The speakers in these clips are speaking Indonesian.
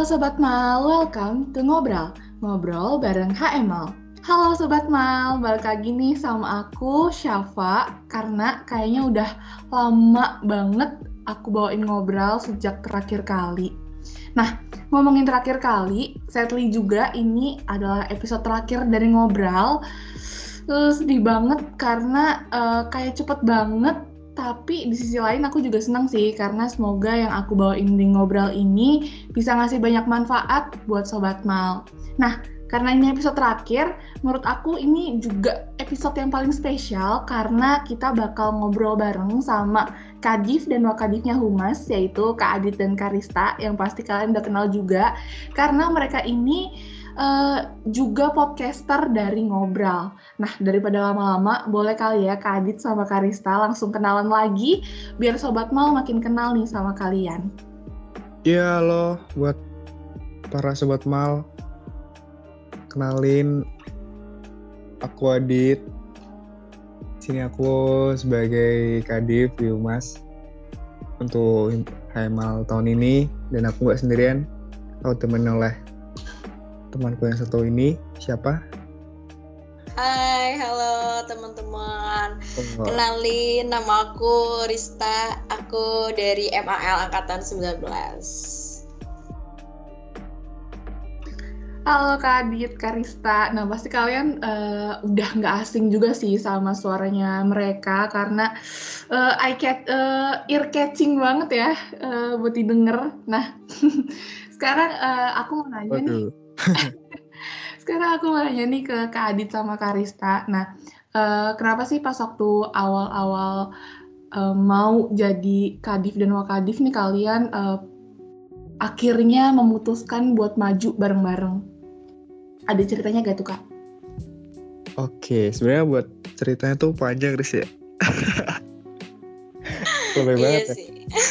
Halo Sobat Mal, welcome to Ngobrol bareng HML. Halo Sobat Mal, balik lagi nih sama aku, Syafa, karena kayaknya udah lama banget aku bawain ngobrol sejak terakhir kali. Nah, ngomongin terakhir kali, sadly juga ini adalah episode terakhir dari ngobrol. Sedih banget karena kayak cepet banget. Tapi di sisi lain aku juga senang sih karena semoga yang aku bawain di ngobrol ini bisa ngasih banyak manfaat buat Sobat Mal. Nah, karena ini episode terakhir, menurut aku ini juga episode yang paling spesial karena kita bakal ngobrol bareng sama Kadif dan Wakadifnya Humas, yaitu Kak Adit dan Karista, yang pasti kalian udah kenal juga. Karena mereka ini juga podcaster dari Ngobrol. Nah, daripada lama-lama, boleh kali ya Kak Adit sama Karista langsung kenalan lagi, biar Sobat Mal makin kenal nih sama kalian. Ya, halo buat para Sobat Mal. Kenalin, aku Adit. Sini aku sebagai Kadif di Humas untuk HML tahun ini. Dan aku nggak sendirian, aku temenin oleh temanku yang satu ini. Siapa? Hai, halo teman-teman. Kenalin, nama aku Rista. Aku dari MAL Angkatan 19. Halo Kak Adit, Karista. Nah, pasti kalian udah nggak asing juga sih sama suaranya mereka karena ear catching banget ya buat didengar. Nah, sekarang aku mau nanya nih. Sekarang aku mau nanya nih ke Kak Adit sama Karista. Nah, kenapa sih pas waktu awal-awal mau jadi Kadif dan Wakadif nih kalian akhirnya memutuskan buat maju bareng-bareng? Ada ceritanya gak tuh, Kak? Oke, sebenarnya buat ceritanya tuh panjang, Riz ya. Lebih banget ya.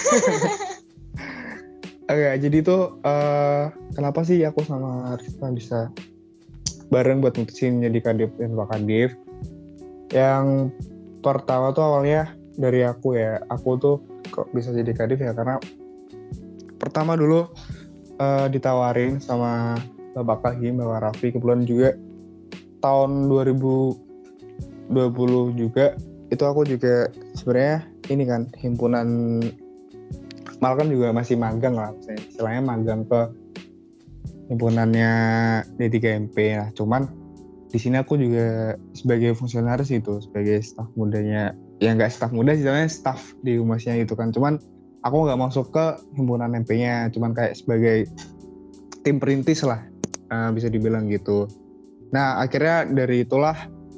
Oke, jadi tuh kenapa sih aku sama Rista bisa bareng buat mutusin jadi Kadif dan Wakadif? Yang pertama tuh awalnya dari aku ya. Aku tuh kok bisa jadi Kadif ya karena pertama dulu ditawarin sama Bapak Kahim, Bapak Raffi, kebetulan juga tahun 2020 juga itu aku juga sebenarnya ini kan himpunan Mal kan juga masih magang lah, istilahnya magang ke himpunannya D3MP. Nah, cuman di sini aku juga sebagai fungsionaris itu, sebagai staf mudanya, ya nggak staf muda sih, istilahnya staf di humasnya itu kan. Cuman aku nggak masuk ke himpunan MP-nya, cuman kayak sebagai tim perintis lah, bisa dibilang gitu. Nah, akhirnya dari itulah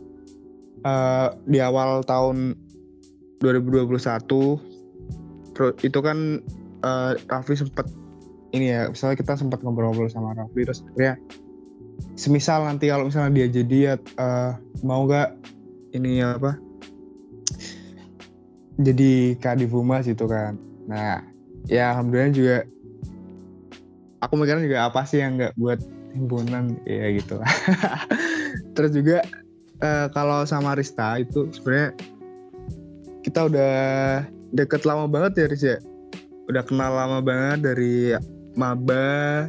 di awal tahun 2021 itu kan Raffi sempat ini ya, misalnya kita sempat ngobrol-ngobrol sama Raffi, terus akhirnya semisal nanti kalau misalnya dia jadi ya mau nggak ini apa jadi Kadif Humas gitu kan. Nah ya alhamdulillah juga aku mikirnya juga apa sih yang nggak buat himpunan ya gitu. Terus juga kalau sama Rista itu sebenarnya kita udah deket lama banget ya Riz ya. Udah kenal lama banget dari maba.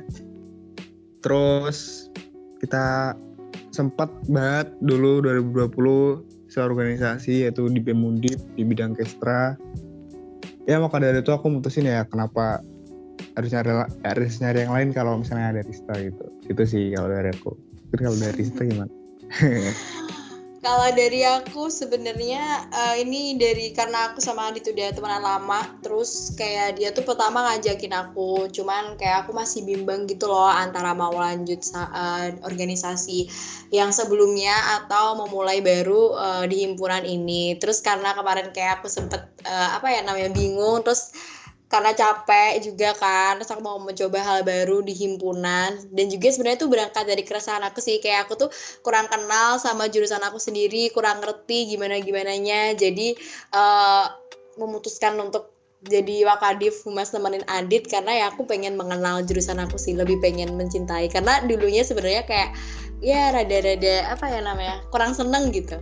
Terus kita sempat banget dulu 2020 seorganisasi yaitu di Bemundip di bidang kestra. Ya maka dari itu aku mutusin ya kenapa harus nyari yang lain kalau misalnya ada Rista gitu. Itu sih kalau dari aku. Tapi kalau dari Rista gimana? Kalau dari aku sebenarnya ini karena aku sama Adit udah temenan lama, terus kayak dia tuh pertama ngajakin aku, cuman kayak aku masih bimbang gitu loh antara mau lanjut organisasi yang sebelumnya atau memulai baru di himpunan ini. Terus karena kemarin kayak aku sempet bingung, terus karena capek juga kan, terus aku mau mencoba hal baru di himpunan. Dan juga sebenarnya tuh berangkat dari keresahan aku sih, kayak aku tuh kurang kenal sama jurusan aku sendiri, kurang ngerti gimana-gimananya. Jadi memutuskan untuk jadi Wakadif Humas nemenin Adit karena ya aku pengen mengenal jurusan aku sih, lebih pengen mencintai. Karena dulunya sebenarnya kayak ya rada-rada kurang seneng gitu.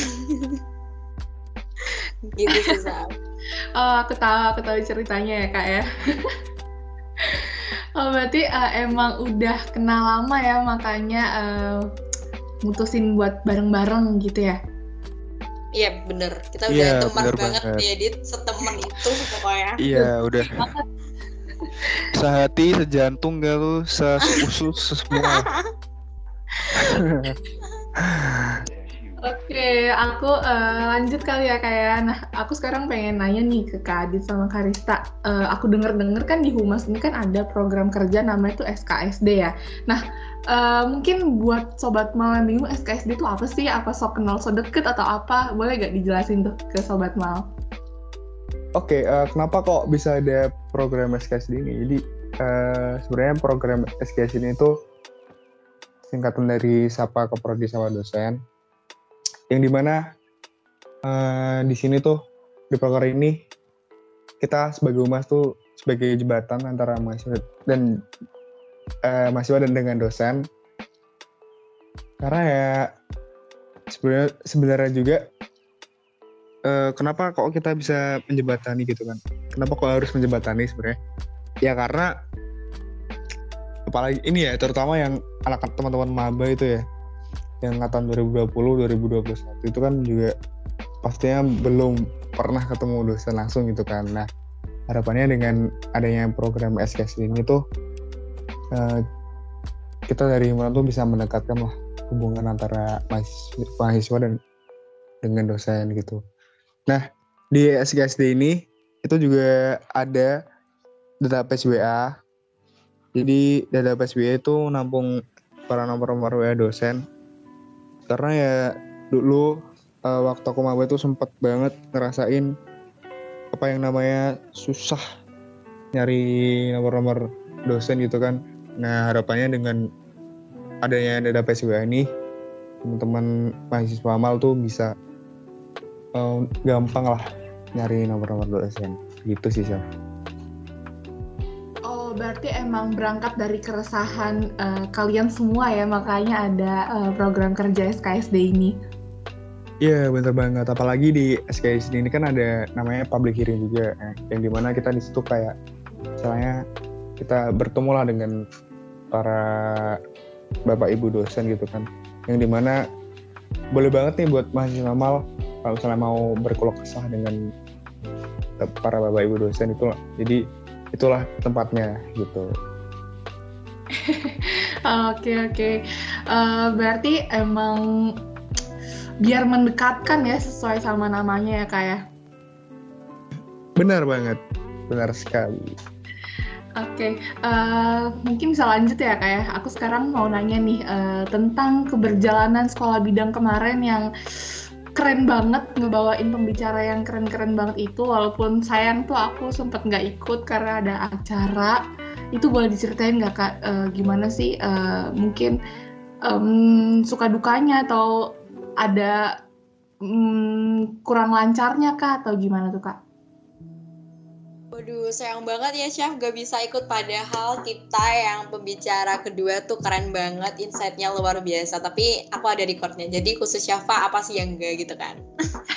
Gitu sih Sam. Oh, aku tahu ceritanya ya Kak ya. Oh, berarti emang udah kenal lama ya, makanya mutusin buat bareng-bareng gitu ya? Iya bener, kita udah Iya, teman bener banget banget. ya, Dit, setemen itu pokoknya. Iya, udah sehati, sejantung gak lu, seusus, semua lah. Oke, aku lanjut kali ya kayak. Nah, aku sekarang pengen nanya nih ke Kak Adit sama Kak Rista. Aku denger-denger kan di Humas ini kan ada program kerja namanya tuh SKSD ya. Nah, mungkin buat Sobat Mal yang bingung SKSD itu apa sih? Apa sok kenal so deket atau apa? Boleh gak dijelasin tuh ke Sobat Mal? Oke, kenapa kok bisa ada program SKSD ini? Jadi sebenarnya program SKSD ini itu singkatan dari Sapa Keprodi sama Dosen, yang dimana di sini tuh di program ini kita sebagai humas tuh sebagai jembatan antara mahasiswa dan dengan dosen. Karena ya sebenarnya juga kenapa kok kita bisa menjembatani gitu kan? Kenapa kok harus menjembatani sebenarnya? Ya karena apalagi ini ya, terutama yang anak teman-teman maba itu ya, yang angkatan 2020 2021 itu kan juga pastinya belum pernah ketemu dosen langsung gitu kan. Nah, harapannya dengan adanya program SKS ini tuh kita dari mana tuh bisa mendekatkan lah hubungan antara mahasiswa dan dengan dosen gitu. Nah, di SKSD ini itu juga ada database WA. Jadi database WA itu nampung para nomor-nomor WA dosen. Karena ya dulu waktu aku maba itu sempet banget ngerasain apa yang namanya susah nyari nomor-nomor dosen gitu kan. Nah, harapannya dengan adanya database WA ini, teman-teman mahasiswa amal tuh bisa gampang lah nyari nomor-nomor dosen. Gitu sih, Syaf. Oh, berarti emang berangkat dari keresahan kalian semua ya, makanya ada program kerja SKSD ini. Iya, bener banget. Apalagi di SKSD ini kan ada namanya public hearing juga, yang dimana kita di situ kayak misalnya kita bertemu lah dengan para bapak ibu dosen gitu kan, yang dimana boleh banget nih buat mahasiswa amal kalau misalnya mau berkeluh kesah dengan para bapak ibu dosen itu, jadi itulah tempatnya gitu. Oke. Berarti emang biar mendekatkan ya sesuai sama namanya ya Kak ya. Benar banget, benar sekali. Oke, mungkin bisa lanjut ya Kak ya. Aku sekarang mau nanya nih tentang keberjalanan sekolah bidang kemarin yang keren banget, ngebawain pembicara yang keren-keren banget itu. Walaupun sayang tuh aku sempet nggak ikut karena ada acara. Itu boleh diceritain nggak Kak, gimana sih mungkin suka dukanya atau ada kurang lancarnya Kak atau gimana tuh Kak? Waduh, sayang banget ya Syaf gak bisa ikut, padahal kita yang pembicara kedua tuh keren banget, insight-nya luar biasa. Tapi aku ada recordnya, jadi khusus Syafa apa sih yang enggak gitu kan.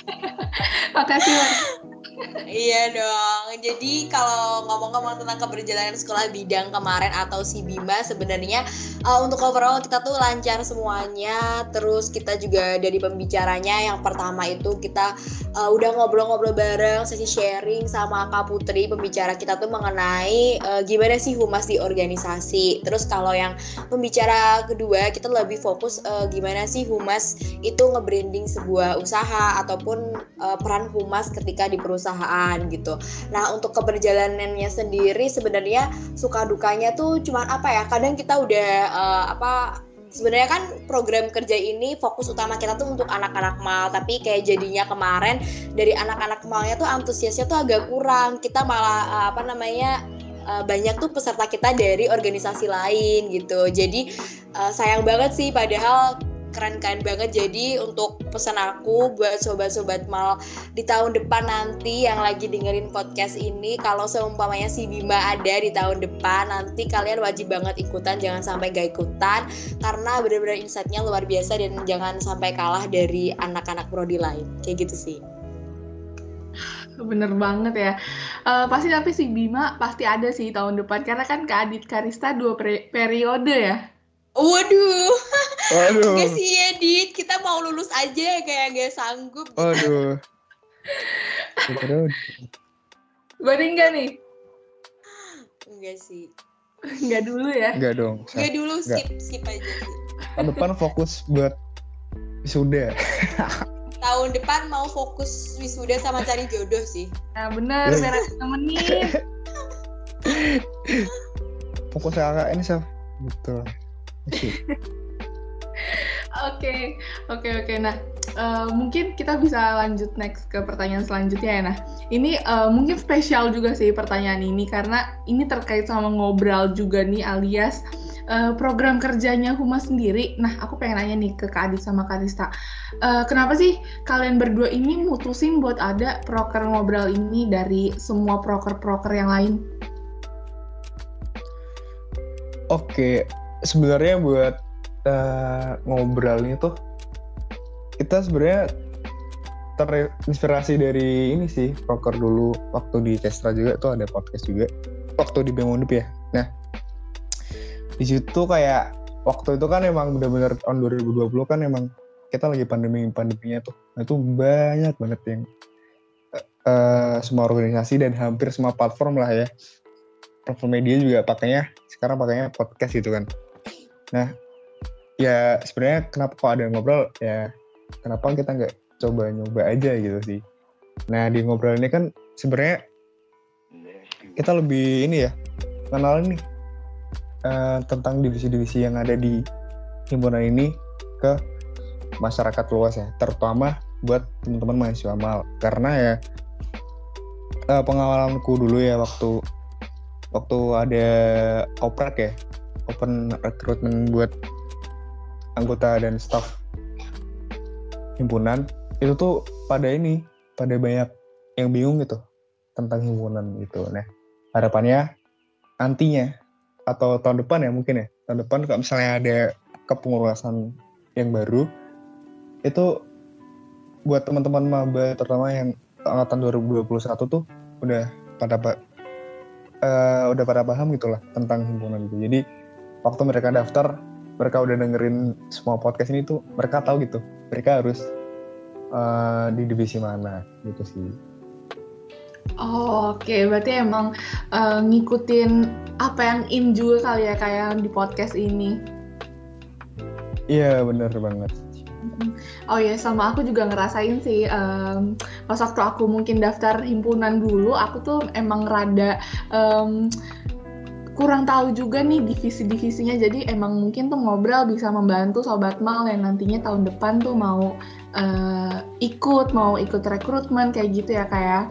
Makasih Mas. Iya dong. Jadi kalau ngomong-ngomong tentang keberjalanan sekolah bidang kemarin atau si Bima, sebenarnya untuk overall kita tuh lancar semuanya. Terus kita juga dari pembicaranya yang pertama itu kita udah ngobrol-ngobrol bareng, sesi sharing sama Kak Putri. Pembicara kita tuh mengenai gimana sih humas di organisasi. Terus kalau yang pembicara kedua kita lebih fokus gimana sih humas itu nge-branding sebuah usaha ataupun peran humas ketika di perusahaan gitu. Nah, untuk keberjalanannya sendiri sebenarnya suka dukanya tuh cuman apa ya? Kadang kita udah sebenarnya kan program kerja ini fokus utama kita tuh untuk anak-anak mal, tapi kayak jadinya kemarin dari anak-anak malnya tuh antusiasnya tuh agak kurang. Kita malah banyak tuh peserta kita dari organisasi lain gitu. Jadi sayang banget sih, padahal keren-keren banget. Jadi untuk pesan aku buat sobat-sobat mal di tahun depan nanti yang lagi dengerin podcast ini, kalau seumpamanya si Bima ada di tahun depan, nanti kalian wajib banget ikutan, jangan sampai gak ikutan, karena benar-benar insight-nya luar biasa dan jangan sampai kalah dari anak-anak prodi lain. Kayak gitu sih. Bener banget ya. Pasti tapi si Bima pasti ada sih tahun depan karena kan Kak Adit Karista 2 periode ya. Waduh, enggak Waduh, sih Edit, kita mau lulus aja kayak gak sanggup gitu. waduh. Terus, Berarti enggak nih? Enggak sih. Enggak dulu ya. enggak dong, Enggak dulu, enggak. skip aja sih. Tahun depan fokus buat wisuda. Tahun depan mau fokus wisuda sama cari jodoh sih. Nah bener, Iya. biar ada temenin. Fokus KKN sih. Betul. Oke. Nah, mungkin kita bisa lanjut next ke pertanyaan selanjutnya ya. Nah, ini mungkin spesial juga sih pertanyaan ini karena ini terkait sama ngobrol juga nih alias program kerjanya Humas sendiri. Nah, aku pengen nanya nih ke Kak Adit sama Kak Rista. Kenapa sih kalian berdua ini mutusin buat ada proker ngobrol ini dari semua proker-proker yang lain? Oke, sebenarnya buat ngobrolnya tuh kita sebenarnya terinspirasi dari ini sih, proker dulu waktu di Cestra juga tuh ada podcast juga waktu di BEM Undip ya. Nah, di situ kayak waktu itu kan emang benar-benar tahun 2020 kan emang kita lagi pandeminya tuh. Nah, itu banyak banget yang semua organisasi dan hampir semua platform lah ya. Platform media juga sekarang pakainya podcast gitu kan. Nah, ya sebenarnya kenapa kok ada ngobrol ya, kenapa kita nggak coba nyoba aja gitu sih. Nah, di ngobrol ini kan sebenarnya kita lebih ini ya, kenalin nih tentang divisi-divisi yang ada di himpunan ini ke masyarakat luas ya, terutama buat teman-teman mahasiswa AMAL. Karena ya pengalamanku dulu ya waktu ada oprek ya, open recruitment buat anggota dan staf himpunan, itu tuh pada banyak yang bingung gitu tentang himpunan gitu. Nah, harapannya nantinya atau tahun depan ya mungkin ya, tahun depan kalau misalnya ada kepengurusan yang baru, itu buat teman-teman maba terutama yang angkatan 2021 tuh udah pada paham gitulah tentang himpunan itu. Jadi waktu mereka daftar, mereka udah dengerin semua podcast ini tuh, mereka tahu gitu mereka harus di divisi mana gitu sih. Oh, oke. Berarti emang ngikutin apa yang in juga kali ya kayak di podcast ini. Iya, bener banget. Oh ya, sama aku juga ngerasain sih pas waktu aku mungkin daftar himpunan dulu, aku tuh emang rada kurang tahu juga nih divisi-divisinya. Jadi emang mungkin tuh ngobrol bisa membantu Sobat Mal yang nantinya tahun depan tuh mau ikut rekrutmen kayak gitu ya kayak.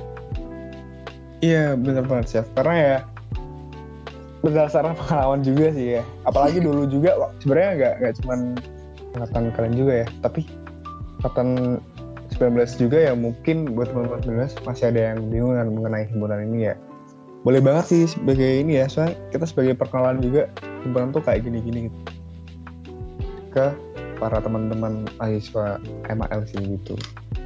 Iya, bener banget Chef. Karena ya berdasarkan pengalaman juga sih ya. Apalagi dulu juga sebenarnya nggak cuman angkatan kalian juga ya, tapi angkatan 19 juga ya, mungkin buat teman-teman 19 masih ada yang bingung mengenai himpunan ini ya. Boleh banget sih sebagai ini ya, soalnya kita sebagai perkenalan juga himpunan tuh kayak gini-gini gitu ke para teman-teman mahasiswa MAL sih gitu.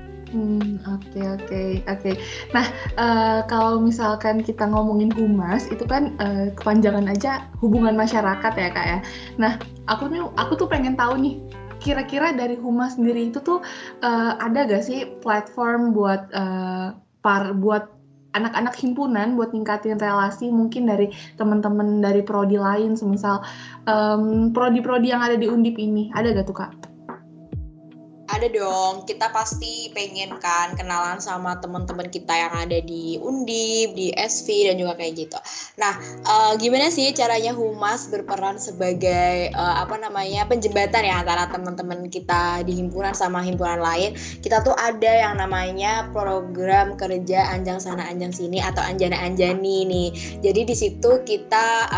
Oke. Nah, kalau misalkan kita ngomongin humas, itu kan kepanjangan aja hubungan masyarakat ya Kak ya. Nah, aku tuh pengen tahu nih, kira-kira dari humas sendiri itu tuh ada gak sih platform buat buat anak-anak himpunan buat ningkatin relasi mungkin dari teman-teman dari prodi lain, semisal prodi-prodi yang ada di Undip ini, ada gak tuh Kak? Ada dong, kita pasti pengen kan kenalan sama teman-teman kita yang ada di Undip, di SV dan juga kayak gitu. Nah, gimana sih caranya humas berperan sebagai penjembatan ya antara teman-teman kita di himpunan sama himpunan lain? Kita tuh ada yang namanya program kerja anjang sana anjang sini atau anjana anjani nih. Jadi di situ kita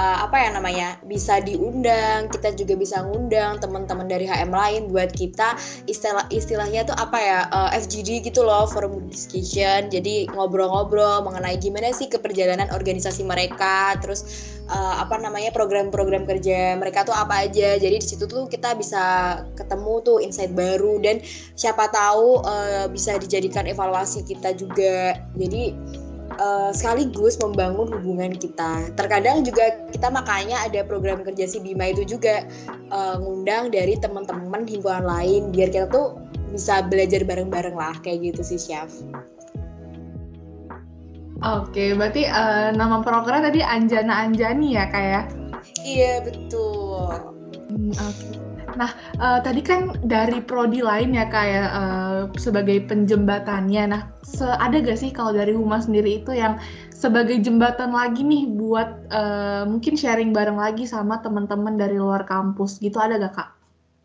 bisa diundang, kita juga bisa ngundang teman-teman dari HM lain buat kita istilahnya tuh apa ya, FGD gitu loh, forum discussion. Jadi ngobrol-ngobrol mengenai gimana sih keperjalanan organisasi mereka, terus program-program kerja mereka tuh apa aja. Jadi di situ tuh kita bisa ketemu tuh insight baru, dan siapa tahu bisa dijadikan evaluasi kita juga. Jadi sekaligus membangun hubungan kita. Terkadang juga kita makanya ada program kerja si Bima itu juga ngundang dari teman-teman himpunan lain biar kita tuh bisa belajar bareng-bareng lah, kayak gitu sih, Chef. Oke, berarti nama prokernya tadi Anjana Anjani ya, Kak ya? Iya, betul. Oke. Nah, tadi kan dari prodi lain ya, Kak ya, sebagai penjembatannya. Nah, ada gak sih kalau dari Humas sendiri itu yang sebagai jembatan lagi nih buat mungkin sharing bareng lagi sama teman-teman dari luar kampus gitu, ada gak, Kak?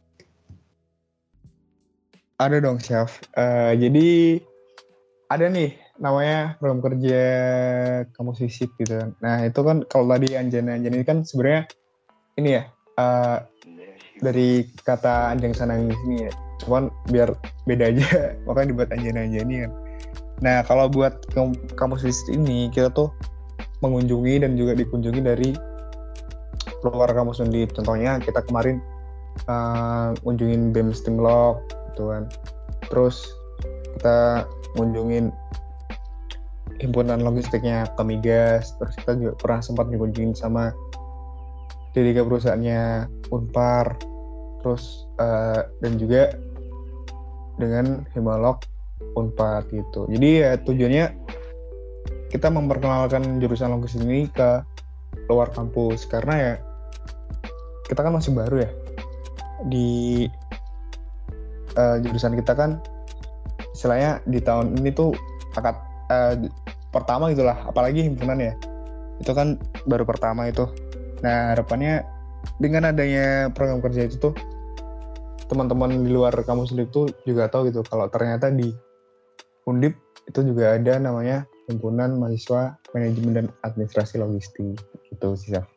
Ada dong, Chef. Jadi ada nih namanya program kerja kampus FISIP gitu kan. Nah, itu kan kalau tadi Anjana ini kan sebenarnya ini ya, dari kata anjing sana yang sini ya, cuman biar beda aja makanya dibuat Anjana ini kan. Nah, kalau buat kampus FISIP ini kita tuh mengunjungi dan juga dikunjungi dari luar kampus sendiri. Contohnya kita kemarin kunjungin BEM Stimlog gitu kan, terus kita ngunjungin himpunan logistiknya Kamigas, terus kita juga pernah sempat dikunjungin sama DDK perusahaannya Unpar, terus dan juga dengan Himalog Unpar gitu. Jadi ya tujuannya kita memperkenalkan jurusan logistik ini ke luar kampus, karena ya kita kan masih baru ya di jurusan kita kan, istilahnya di tahun ini tuh akad pertama gitulah, apalagi himpunan ya, itu kan baru pertama itu. Nah, harapannya dengan adanya program kerja itu tuh teman-teman di luar kampus itu juga tahu gitu kalau ternyata di Undip itu juga ada namanya Himpunan Mahasiswa Manajemen dan Administrasi Logistik gitu sih, Chef.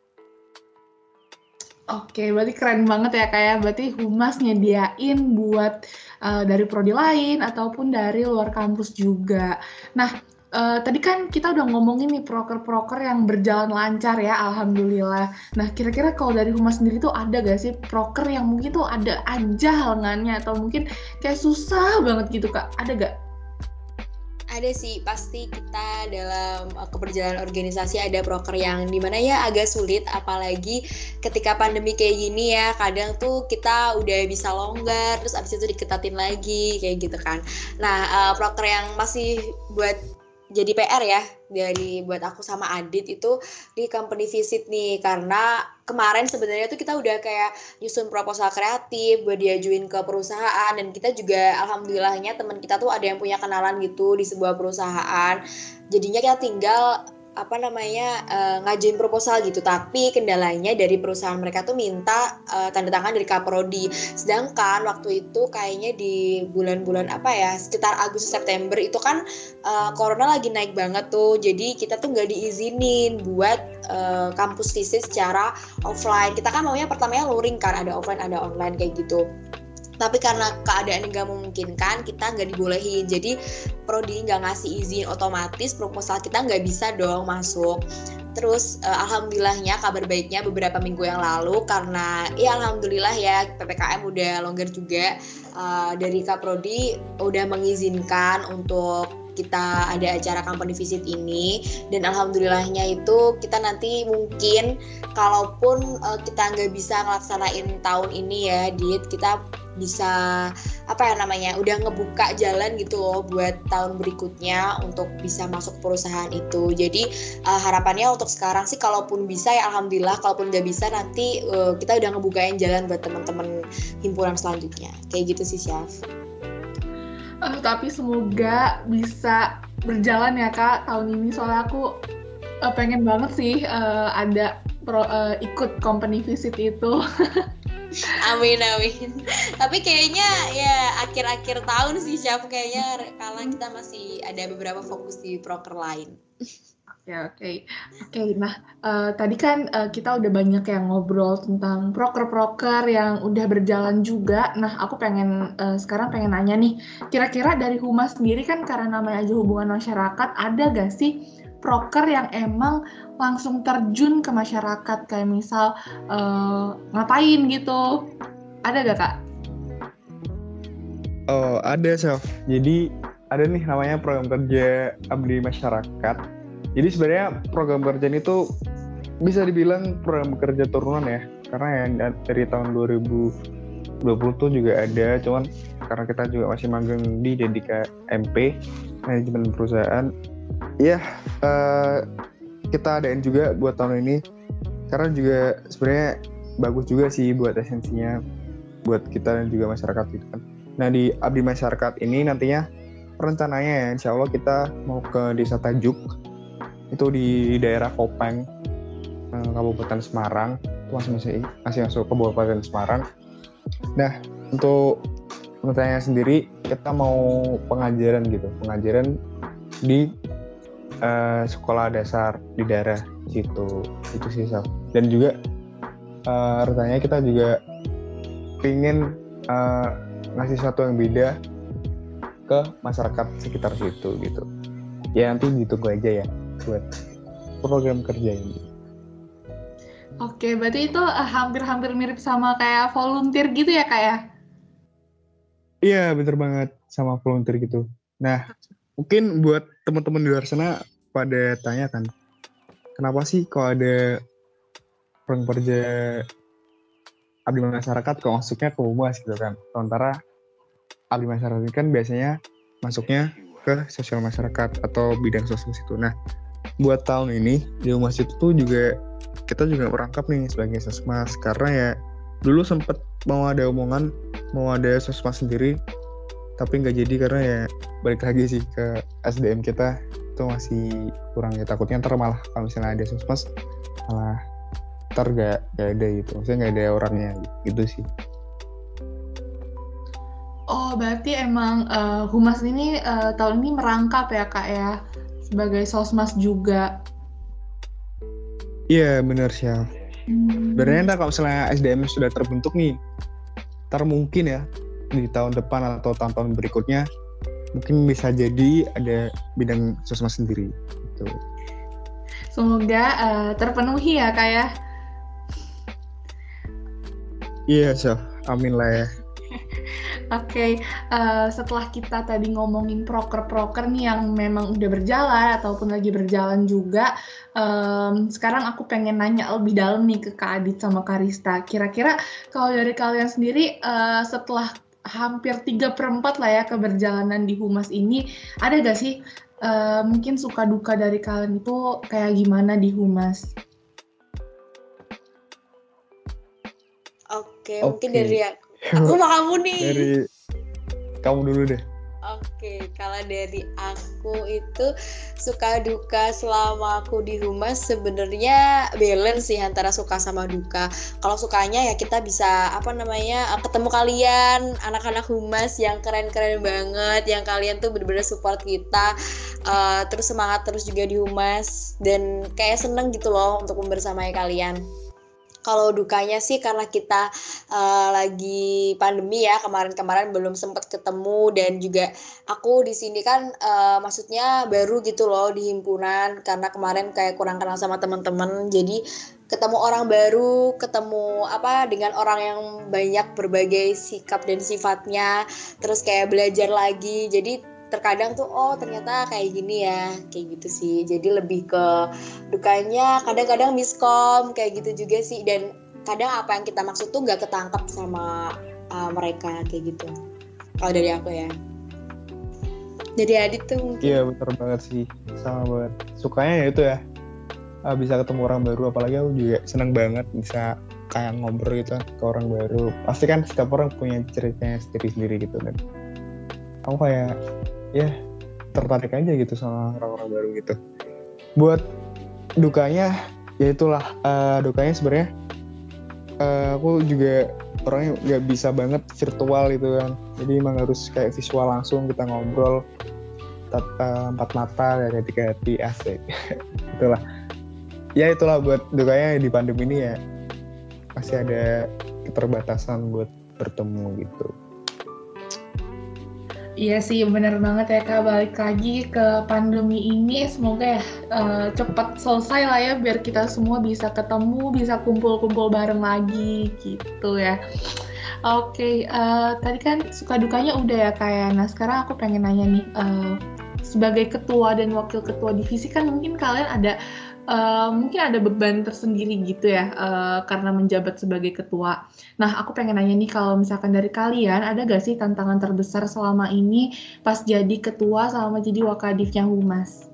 Oke, berarti keren banget ya, kayak berarti Humas nyediain buat dari prodi lain ataupun dari luar kampus juga. Nah, tadi kan kita udah ngomongin nih proker-proker yang berjalan lancar ya, alhamdulillah. Nah, kira-kira kalau dari Humas sendiri tuh ada gak sih proker yang mungkin tuh ada aja halangannya atau mungkin kayak susah banget gitu, Kak? Ada gak? Ada sih, pasti kita dalam keberjalanan organisasi ada proker yang dimana ya agak sulit, apalagi ketika pandemi kayak gini ya, kadang tuh kita udah bisa longgar, terus abis itu diketatin lagi, kayak gitu kan. Nah, proker yang masih buat jadi PR ya, dari buat aku sama Adit itu di company visit nih, karena kemarin sebenarnya tuh kita udah kayak nyusun proposal kreatif buat diajuin ke perusahaan, dan kita juga alhamdulillahnya teman kita tuh ada yang punya kenalan gitu di sebuah perusahaan, jadinya kita tinggal ngajuin proposal gitu. Tapi kendalanya dari perusahaan mereka tuh minta tanda tangan dari Kaprodi, sedangkan waktu itu kayaknya di bulan-bulan sekitar Agustus September itu kan corona lagi naik banget tuh, jadi kita tuh nggak diizinin buat kampus visit secara offline. Kita kan maunya pertamanya luring kan, ada offline ada online kayak gitu. Tapi karena keadaan yang gak memungkinkan, kita nggak dibolehin. Jadi prodi nggak ngasih izin, otomatis proposal kita nggak bisa dong masuk. Terus alhamdulillahnya, kabar baiknya beberapa minggu yang lalu, karena ya alhamdulillah ya PPKM udah longgar juga, dari Kaprodi udah mengizinkan untuk kita ada acara company visit ini, dan alhamdulillahnya itu kita nanti mungkin kalaupun kita nggak bisa ngelaksanain tahun ini ya, kita bisa udah ngebuka jalan gitu loh buat tahun berikutnya untuk bisa masuk perusahaan itu. Jadi harapannya untuk sekarang sih kalaupun bisa ya alhamdulillah, kalaupun nggak bisa nanti kita udah ngebukain jalan buat teman-teman himpunan selanjutnya. Kayak gitu sih, Chef. Tapi semoga bisa berjalan ya, Kak, tahun ini, soalnya aku pengen banget sih ada ikut company visit itu. Amin. Tapi kayaknya ya akhir-akhir tahun sih, Chef, kayaknya karena kita masih ada beberapa fokus di proker lain. Ya, oke. Nah, tadi kan kita udah banyak yang ngobrol tentang proker-proker yang udah berjalan juga. Nah, aku sekarang pengen nanya nih, kira-kira dari Humas sendiri kan karena namanya aja hubungan masyarakat, ada gak sih proker yang emang langsung terjun ke masyarakat, kayak misal ngapain gitu? Ada gak, Kak? Oh, ada, Sof. Jadi ada nih namanya program kerja abdi masyarakat. Jadi sebenarnya program kerja ini tuh bisa dibilang program kerja turunan ya. Karena ya dari tahun 2020 tuh juga ada, cuman karena kita juga masih magang di Dedika MP, manajemen perusahaan. Ya, kita adain juga buat tahun ini. Karena juga sebenarnya bagus juga sih buat esensinya, buat kita dan juga masyarakat gitu kan. Nah, di abdi masyarakat ini nantinya rencananya ya, insya Allah kita mau ke Desa Tajuk, itu di daerah Kopeng, Kabupaten Semarang. Itu masih masuk Kabupaten Semarang. Nah, untuk rencananya sendiri kita mau pengajaran di sekolah dasar di daerah situ, itu sih Saf. Dan juga rencananya kita juga pingin ngasih sesuatu yang beda ke masyarakat sekitar situ gitu. Ya nanti ditunggu aja ya buat program kerja ini. Oke, berarti itu hampir-hampir mirip sama kayak volunteer gitu ya, Kak ya? Iya, bener banget, sama volunteer gitu. Nah, mungkin buat teman-teman di luar sana pada tanya kan, kenapa sih kalau ada program kerja abdi masyarakat kok masuknya ke Humas gitu kan? Sementara abdi masyarakat ini kan biasanya masuknya ke sosial masyarakat atau bidang sosial situ. Nah, buat tahun ini di Humas itu tuh juga kita juga merangkap nih sebagai sosmas, karena ya dulu sempet mau ada omongan mau ada sosmas sendiri, tapi nggak jadi karena ya balik lagi sih ke SDM kita itu masih kurang ya. Takutnya ntar malah kalau misalnya ada sosmas malah ntar gak ada gitu, maksudnya nggak ada orangnya gitu sih. Oh, berarti emang Humas ini tahun ini merangkap ya, Kak ya, sebagai sosmas juga. Iya benar sih. Sebenarnya ntar kalau misalnya SDM sudah terbentuk nih, ntar mungkin ya di tahun depan atau tahun-tahun berikutnya mungkin bisa jadi ada bidang sosmas sendiri gitu. Semoga terpenuhi ya, Kak ya. Iya, Sof. Amin lah ya. Oke, setelah kita tadi ngomongin proker-proker nih yang memang udah berjalan ataupun lagi berjalan juga, sekarang aku pengen nanya lebih dalam nih ke Kak Adit sama Kak Rista. Kira-kira kalau dari kalian sendiri, setelah hampir 3/4 lah ya keberjalanan di Humas ini, ada gak sih mungkin suka duka dari kalian itu kayak gimana di Humas? Oke, mungkin dari aku sama kamu nih. Dari kamu dulu deh. Oke, kalau dari aku itu suka duka selama aku di Humas sebenarnya balance sih antara suka sama duka. Kalau sukanya ya kita bisa ketemu kalian anak-anak Humas yang keren-keren banget, yang kalian tuh bener-bener support kita, terus semangat terus juga di Humas dan kayak seneng gitu loh untuk membersamai kalian. Kalau dukanya sih karena kita lagi pandemi ya, kemarin-kemarin belum sempat ketemu, dan juga aku di sini kan maksudnya baru gitu loh di himpunan, karena kemarin kayak kurang kenal sama teman-teman, jadi ketemu orang baru, ketemu dengan orang yang banyak berbagai sikap dan sifatnya, terus kayak belajar lagi, jadi terkadang tuh ternyata kayak gini ya, kayak gitu sih. Jadi lebih ke dukanya kadang-kadang miskom kayak gitu juga sih, dan kadang apa yang kita maksud tuh gak ketangkap sama mereka kayak gitu. Kalau dari aku ya. Dari Adit tuh mungkin. Iya bener banget sih, sama banget. Sukanya ya itu ya, bisa ketemu orang baru, apalagi aku juga seneng banget bisa kayak ngobrol gitu ke orang baru. Pasti kan setiap orang punya ceritanya sendiri-sendiri gitu kan. Aku kayak ya tertarik aja gitu sama orang-orang baru gitu. Buat dukanya ya itulah, dukanya sebenarnya aku juga orangnya nggak bisa banget virtual gitu kan, jadi emang harus kayak visual langsung kita ngobrol empat mata kayak tiga hati asik itulah. Ya itulah buat dukanya di pandemi ini ya masih ada keterbatasan buat bertemu gitu. Iya sih, benar banget ya Kak. Balik lagi ke pandemi ini, semoga ya cepat selesai lah ya, biar kita semua bisa ketemu, bisa kumpul-kumpul bareng lagi gitu ya. Oke, tadi kan suka dukanya udah ya Kak ya. Nah sekarang aku pengen nanya nih, sebagai ketua dan wakil ketua divisi kan mungkin kalian ada mungkin ada beban tersendiri gitu ya, karena menjabat sebagai ketua. Nah, aku pengen nanya nih, kalau misalkan dari kalian, ada gak sih tantangan terbesar selama ini pas jadi ketua sama jadi wakadifnya Humas?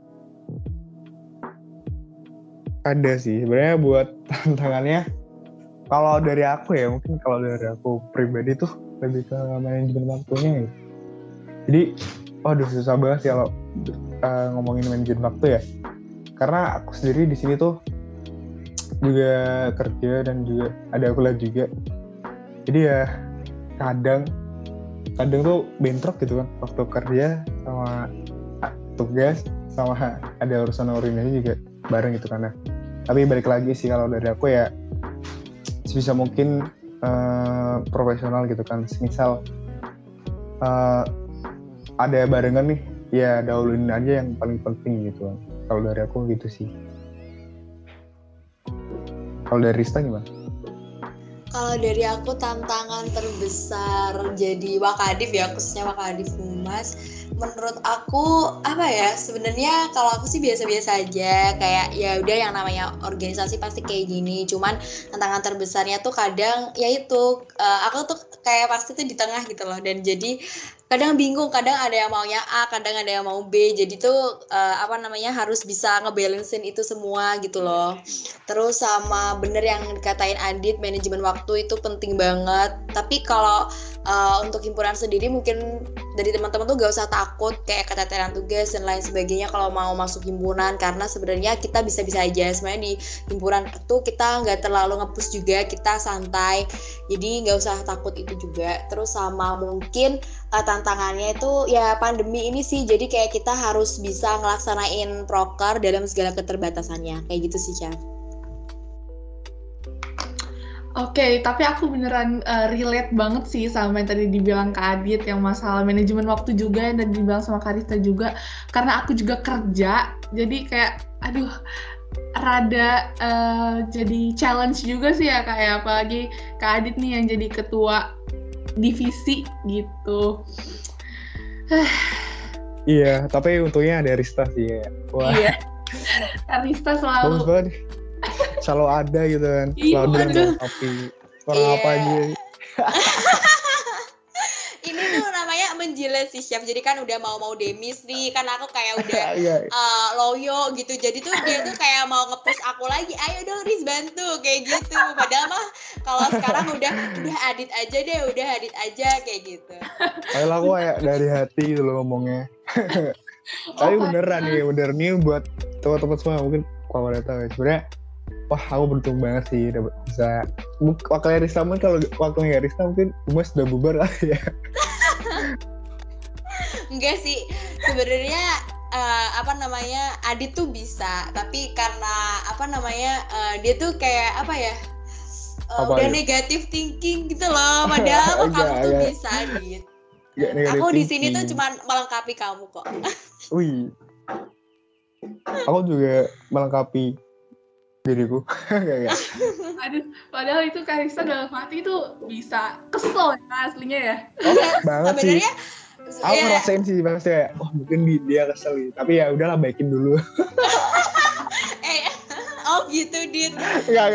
Ada sih, sebenarnya buat tantangannya, kalau dari aku ya, mungkin kalau dari aku pribadi tuh lebih ke manajemen waktunya ya. Jadi, waduh susah banget sih kalau ngomongin manajemen waktu ya. Karena aku sendiri di sini tuh juga kerja dan juga ada kuliah juga. Jadi ya kadang tuh bentrok gitu kan waktu kerja sama tugas sama ada urusan organisasi juga bareng gitu kan. Tapi balik lagi sih kalau dari aku ya sebisa mungkin profesional gitu kan. Misal ada barengan nih, ya dahuluin aja yang paling penting gitu kan. Kalau dari aku gitu sih. Kalau dari Rista gimana? Kalau dari aku tantangan terbesar jadi wakadif ya, khususnya wakadif Humas, menurut aku apa ya, sebenarnya kalau aku sih biasa-biasa aja, kayak ya udah yang namanya organisasi pasti kayak gini. Cuman tantangan terbesarnya tuh kadang ya itu aku tuh kayak pasti tuh di tengah gitu loh, dan jadi kadang bingung, kadang ada yang maunya A, kadang ada yang mau B. Jadi tuh harus bisa ngebalancein itu semua gitu loh. Terus sama bener yang dikatain Adit, manajemen waktu itu penting banget. Tapi kalau untuk himpunan sendiri mungkin dari teman-teman tuh gak usah takut kayak keteteran tugas dan lain sebagainya kalau mau masuk himpunan, karena sebenarnya kita bisa-bisa aja. Sebenarnya di himpunan itu kita nggak terlalu nge-push juga, kita santai, jadi nggak usah takut itu juga. Terus sama mungkin tantangannya itu ya pandemi ini sih, jadi kayak kita harus bisa ngelaksanain proker dalam segala keterbatasannya, kayak gitu sih Chef. Oke, tapi aku beneran relate banget sih sama yang tadi dibilang Kak Adit, yang masalah manajemen waktu juga, dan dibilang sama Kak Rista juga, karena aku juga kerja, jadi kayak aduh rada jadi challenge juga sih ya Kak ya, apalagi Kak Adit nih yang jadi ketua divisi gitu. Iya, tapi untungnya ada Rista sih ya. Wah. Iya, Kak Rista selalu bagus banget, selalu ada gitu kan, selalu ada melengkapi orang apa aja. Ini tuh namanya menjilat sih Chef, jadi kan udah mau demis nih, kan aku kayak udah loyo gitu, jadi tuh dia tuh kayak mau nge-push aku lagi, ayo dong Riz bantu, kayak gitu. Padahal mah kalau sekarang udah Adit aja deh, udah Adit aja kayak gitu. Padahal aku kayak dari hati gitu loh ngomongnya. Tapi beneran nih buat teman-teman semua, mungkin kalau udah tahu ya, sebenarnya wah aku beruntung banget sih dapat bisa wakilnya Rista. Mungkin kalau wakilnya Rista mungkin Humas udah bubar lah ya. Enggak sih, sebenarnya Adit tuh bisa, tapi karena dia tuh kayak udah negatif thinking gitu loh, padahal kamu tuh bisa Adit. Aku di sini tuh cuma melengkapi kamu kok. Wih, aku juga melengkapi diriku. Aduh, padahal itu Kak Rista dalam hati itu bisa kesel ya aslinya ya. Banget sebenarnya, sih. Aku ngerasain sih maksudnya, mungkin dia kesel gitu. Tapi ya udahlah, baikin dulu. Oh gitu, Dit. Enggak.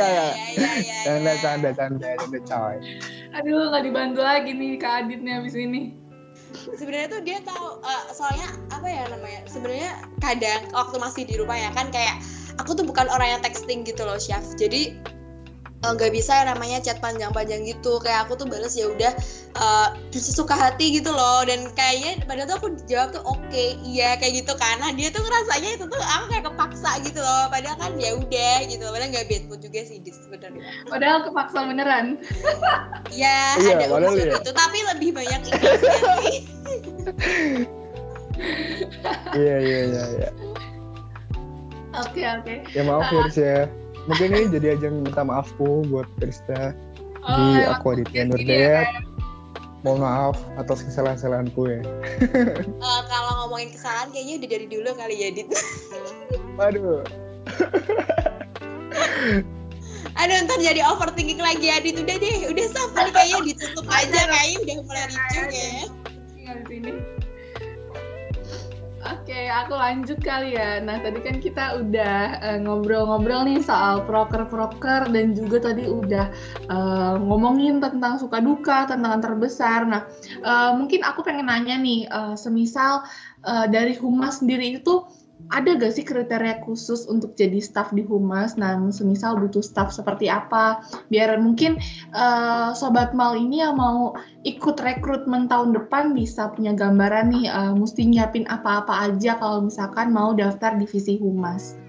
Canda coy. Aduh, nggak dibantu lagi nih Kak Aditnya abis ini. Sebenarnya tuh dia tahu, soalnya sebenarnya kadang waktu masih di rumah ya kan, kayak aku tuh bukan orang yang texting gitu loh Chef, jadi nggak bisa yang namanya chat panjang-panjang gitu, kayak aku tuh bales ya udah sesuka hati gitu loh, dan kayaknya padahal tuh aku jawab tuh oke, iya kayak gitu, karena dia tuh ngerasanya itu tuh aku kayak kepaksa gitu loh, padahal kan ya udah gitu, padahal nggak bad mood juga sih sebenarnya. Padahal kepaksa beneran. Ya ada unsur itu, tapi lebih banyak ini sih. Iya. Oke. Ya maaf ya Riz ya. Mungkin ini jadi ajang minta maafku buat Krista di emang Aku Aditya mungkin Nur gini ya, Dayat. Mohon maaf atas kesalahan-kesalahanku ya. Kalau ngomongin kesalahan kayaknya udah dari dulu kali ya, Dit. Waduh. Aduh, ntar jadi overthinking lagi, Adit. Udah deh, udah sampai kayaknya ditutup aja, kayaknya udah mulai ricu ya. tinggal di sini. Oke, aku lanjut kali ya. Nah, tadi kan kita udah ngobrol-ngobrol nih soal proker-proker dan juga tadi udah ngomongin tentang suka duka, tantangan terbesar. Nah, mungkin aku pengen nanya nih, semisal dari Humas sendiri itu ada gak sih kriteria khusus untuk jadi staff di Humas? Nah, semisal butuh staff seperti apa? Biar mungkin Sobat Mal ini yang mau ikut rekrutmen tahun depan bisa punya gambaran nih, mesti nyiapin apa-apa aja kalau misalkan mau daftar divisi Humas.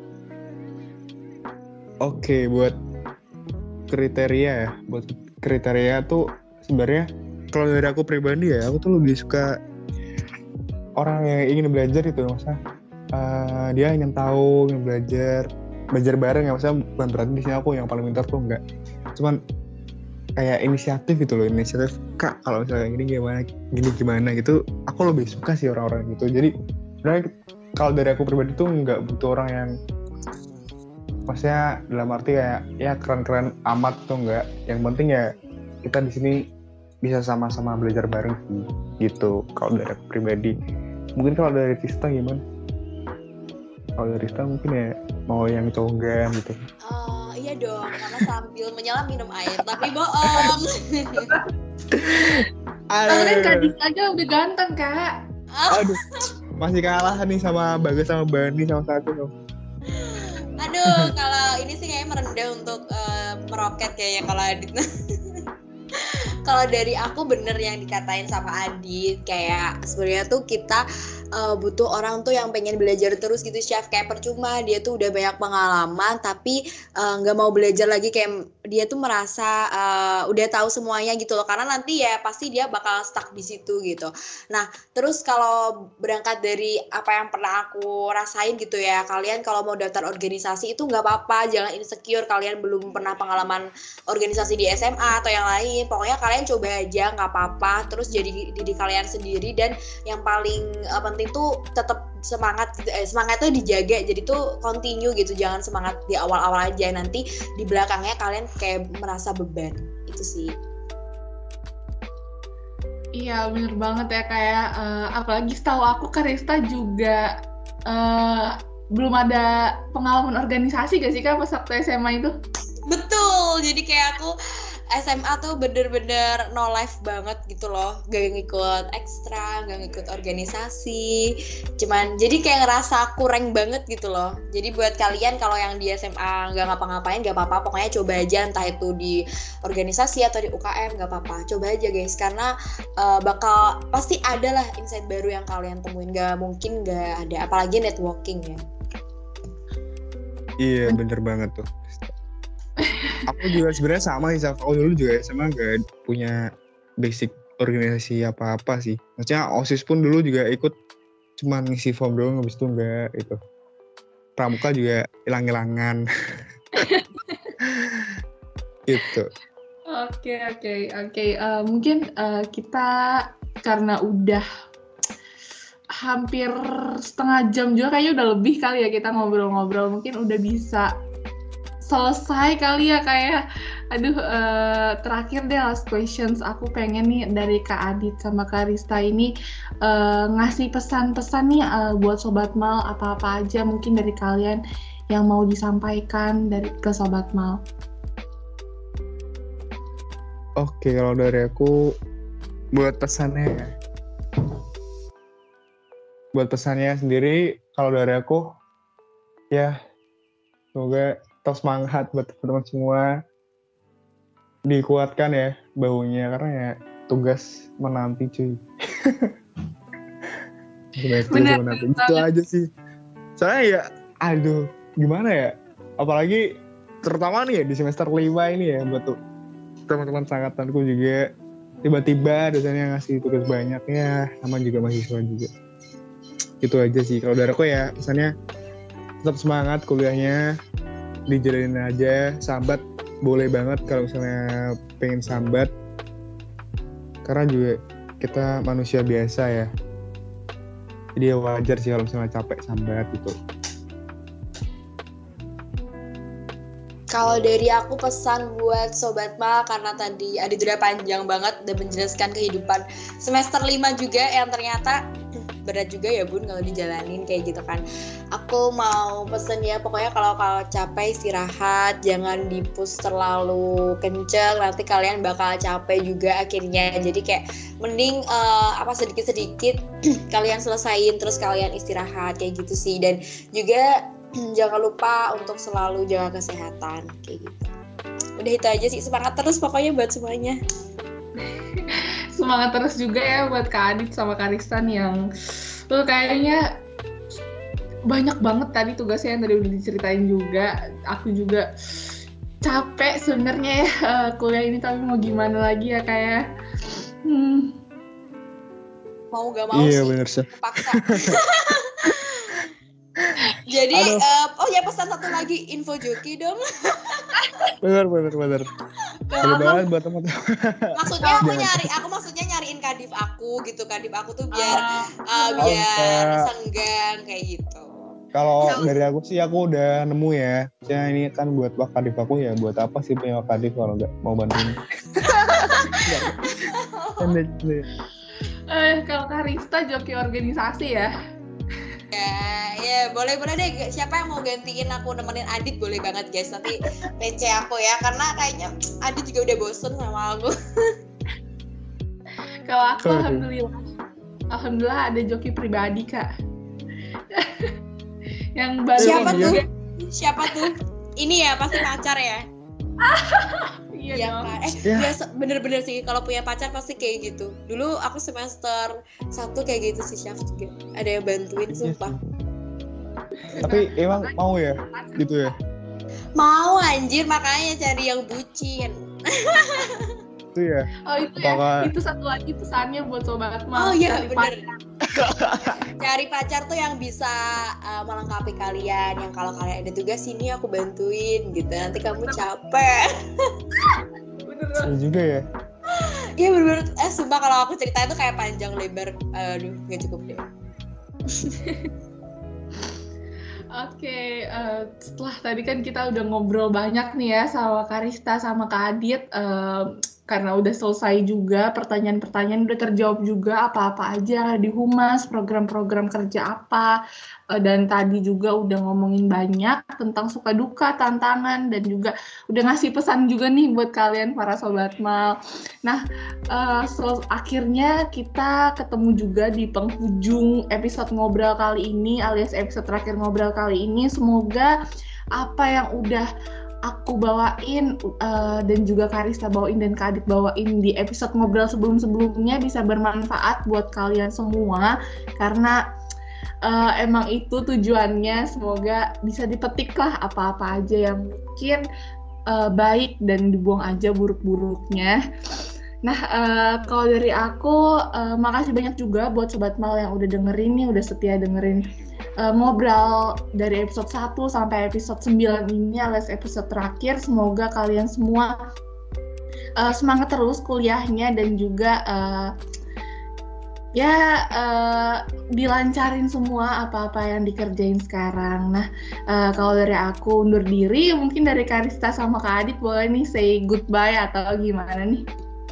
Oke, buat kriteria ya. Buat kriteria tuh sebenarnya kalau dari aku pribadi ya, aku tuh lebih suka orang yang ingin belajar itu, maksudnya dia ingin tahu, ingin belajar bareng ya, maksudnya bukan berarti di sini aku yang paling pintar tuh enggak. Cuman kayak inisiatif gitu loh, inisiatif Kak kalau misalnya gini gimana gitu, aku lebih suka sih orang-orang gitu. Jadi sebenarnya kalau dari aku pribadi tuh nggak butuh orang yang maksudnya dalam arti kayak ya keren-keren amat tuh enggak. Yang penting ya kita di sini bisa sama-sama belajar bareng sih gitu kalau dari aku pribadi. Mungkin kalau dari Tista gimana? Kalau dari Tista mungkin ya mau yang conggan gitu. Oh iya dong, karena sambil menyelam minum air, tapi bohong. Kalian Kadis aja udah ganteng, Kak. Aduh, masih kalah nih sama Bagas sama Bani sama satu. Aduh, kalau ini sih kayaknya merendah untuk meroket kayaknya kalau Adit. Kalau dari aku bener yang dikatain sama Adit, kayak sebenarnya tuh kita butuh orang tuh yang pengen belajar terus gitu, Chef. Kayak percuma dia tuh udah banyak pengalaman tapi nggak mau belajar lagi, kayak dia tuh merasa udah tahu semuanya gitu loh, karena nanti ya pasti dia bakal stuck di situ gitu. Nah, terus kalau berangkat dari apa yang pernah aku rasain gitu ya, kalian kalau mau daftar organisasi itu nggak apa-apa, jangan insecure kalian belum pernah pengalaman organisasi di SMA atau yang lain. Pokoknya kalian coba aja, nggak apa-apa, terus jadi diri kalian sendiri. Dan yang paling penting tuh tetap semangatnya dijaga, jadi tuh continue gitu, jangan semangat di awal-awal aja, nanti di belakangnya kalian kayak merasa beban. Itu sih. Iya, bener banget ya, kayak apalagi setahu aku Karista juga belum ada pengalaman organisasi gak sih Kak pas waktu SMA itu? Betul, jadi kayak aku SMA tuh bener-bener no life banget gitu loh, gak ngikut ekstra, gak ngikut organisasi, cuman jadi kayak ngerasa kurang banget gitu loh. Jadi buat kalian kalau yang di SMA gak ngapa-ngapain gak apa-apa, pokoknya coba aja, entah itu di organisasi atau di UKM gak apa-apa, coba aja guys, karena bakal pasti ada lah insight baru yang kalian temuin, gak mungkin gak ada, apalagi networking ya. Iya bener banget tuh. Aku juga sebenarnya sama sih, aku dulu juga SMA gak punya basic organisasi apa-apa sih. Maksudnya OSIS pun dulu juga ikut, cuman ngisi form doang, habis itu enggak itu. Pramuka juga hilang-hilangan. Gitu. Oke. Mungkin kita karena udah hampir setengah jam juga, kayaknya udah lebih kali ya kita ngobrol-ngobrol, mungkin udah bisa selesai kali ya, kayak terakhir deh, last questions. Aku pengen nih dari Kak Adit sama Kak Rista ini ngasih pesan-pesan nih buat Sobat Mal, apa-apa aja mungkin dari kalian yang mau disampaikan ke Sobat Mal. Oke, kalau dari aku buat pesannya sendiri, kalau dari aku ya semoga tetap semangat buat teman-teman semua, dikuatkan ya bahunya, karena ya tugas menanti cuy. Bener, Itu aja sih. Soalnya ya aduh gimana ya, apalagi terutama nih ya di semester 5 ini ya, buat tuh teman-teman seangkatanku juga tiba-tiba dosennya ngasih tugas banyak ya, sama juga mahasiswa juga. Itu aja sih kalau dari aku ya, pesannya tetap semangat kuliahnya, dijalanin aja. Sambat boleh banget kalau misalnya pengen sambat, karena juga kita manusia biasa ya, jadi wajar sih kalau misalnya capek sambat gitu. Kalau dari aku pesan buat Sobat Mal, karena tadi Adit udah panjang banget dan menjelaskan kehidupan semester 5 juga yang ternyata berat juga ya Bun kalau dijalanin kayak gitu kan. Aku mau pesen ya, pokoknya kalau capek istirahat, jangan di-push terlalu kenceng, nanti kalian bakal capek juga akhirnya. Jadi kayak mending sedikit-sedikit kalian selesain terus kalian istirahat kayak gitu sih. Dan juga jangan lupa untuk selalu jaga kesehatan kayak gitu. Udah itu aja sih, semangat terus pokoknya buat semuanya. Semangat terus juga ya buat Kak Adit sama Kak Ristan yang kayaknya banyak banget tadi tugasnya yang tadi udah diceritain juga. Aku juga capek sebenarnya ya kuliah ini, tapi mau gimana lagi ya kayak mau gak mau iya, sih bener sih. paksa. Jadi pesan satu lagi, info joki dong. Bener. Boleh banget buat teman-teman. Maksudnya nyariin kadif aku gitu. Kadif aku tuh biar senggang kayak gitu. Kalau dari aku sih aku udah nemu ya. Maksudnya ini kan buat kadif aku ya, buat apa sih punya kadif kalau nggak mau bantuin. Kalau Kak Rista joki organisasi ya. Ya boleh deh, siapa yang mau gantiin aku nemenin Adit boleh banget guys, nanti PC aku ya, karena kayaknya Adit juga udah bosen sama aku. Kalau aku alhamdulillah ada joki pribadi Kak. Yang baru. Siapa tuh? Ini ya pasti pacar ya. Iya kan? Biasa bener-bener sih kalau punya pacar pasti kayak gitu. Dulu aku semester 1 kayak gitu sih, Syaf juga. Ada yang bantuin sumpah. Tapi emang mau ya gitu ya? Mau anjir, makanya cari yang bucin. Itu ya. Oh itu ya. Itu satu lagi pesannya buat Sobat Mal. Oh iya bener. Cari pacar tuh yang bisa melengkapi kalian, yang kalau kalian ada tugas sini aku bantuin gitu, nanti kamu capek. Bener juga ya. Iya bener-bener, sumpah kalau aku ceritain tuh kayak panjang lebar, aduh gak cukup deh. Oke, setelah tadi kan kita udah ngobrol banyak nih ya sama Kak Rista sama Kak Adit, karena udah selesai juga pertanyaan-pertanyaan, udah terjawab juga apa-apa aja di Humas, program-program kerja apa, dan tadi juga udah ngomongin banyak tentang suka duka, tantangan, dan juga udah ngasih pesan juga nih buat kalian para Sobat Mal. Nah, akhirnya kita ketemu juga di penghujung episode ngobrol kali ini, alias episode terakhir ngobrol kali ini. Semoga apa yang udah aku bawain dan juga Kak Rista bawain dan Kak Adit bawain di episode ngobrol sebelum-sebelumnya bisa bermanfaat buat kalian semua, karena emang itu tujuannya. Semoga bisa dipetik lah apa-apa aja yang mungkin baik dan dibuang aja buruk-buruknya. Nah, kalau dari aku, makasih banyak juga buat Sobat Mal yang udah dengerin nih, udah setia dengerin ngobrol dari episode 1 sampai episode 9 ini, alias episode terakhir. Semoga kalian semua semangat terus kuliahnya dan juga dilancarin semua apa-apa yang dikerjain sekarang. Nah, kalau dari aku undur diri, mungkin dari Kak Rista sama Kak Adit boleh nih say goodbye atau gimana nih?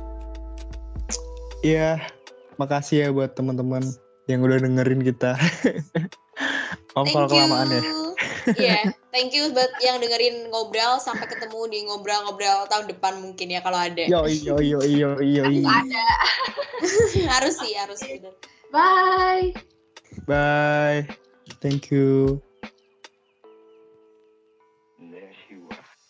Iya, makasih ya buat teman-teman yang udah dengerin kita. Kalau kelamaan ya. Iya, thank you buat yang dengerin ngobrol. Sampai ketemu di ngobrol-ngobrol tahun depan mungkin ya kalau ada. Yo. Ada. harus bener. Bye. Thank you.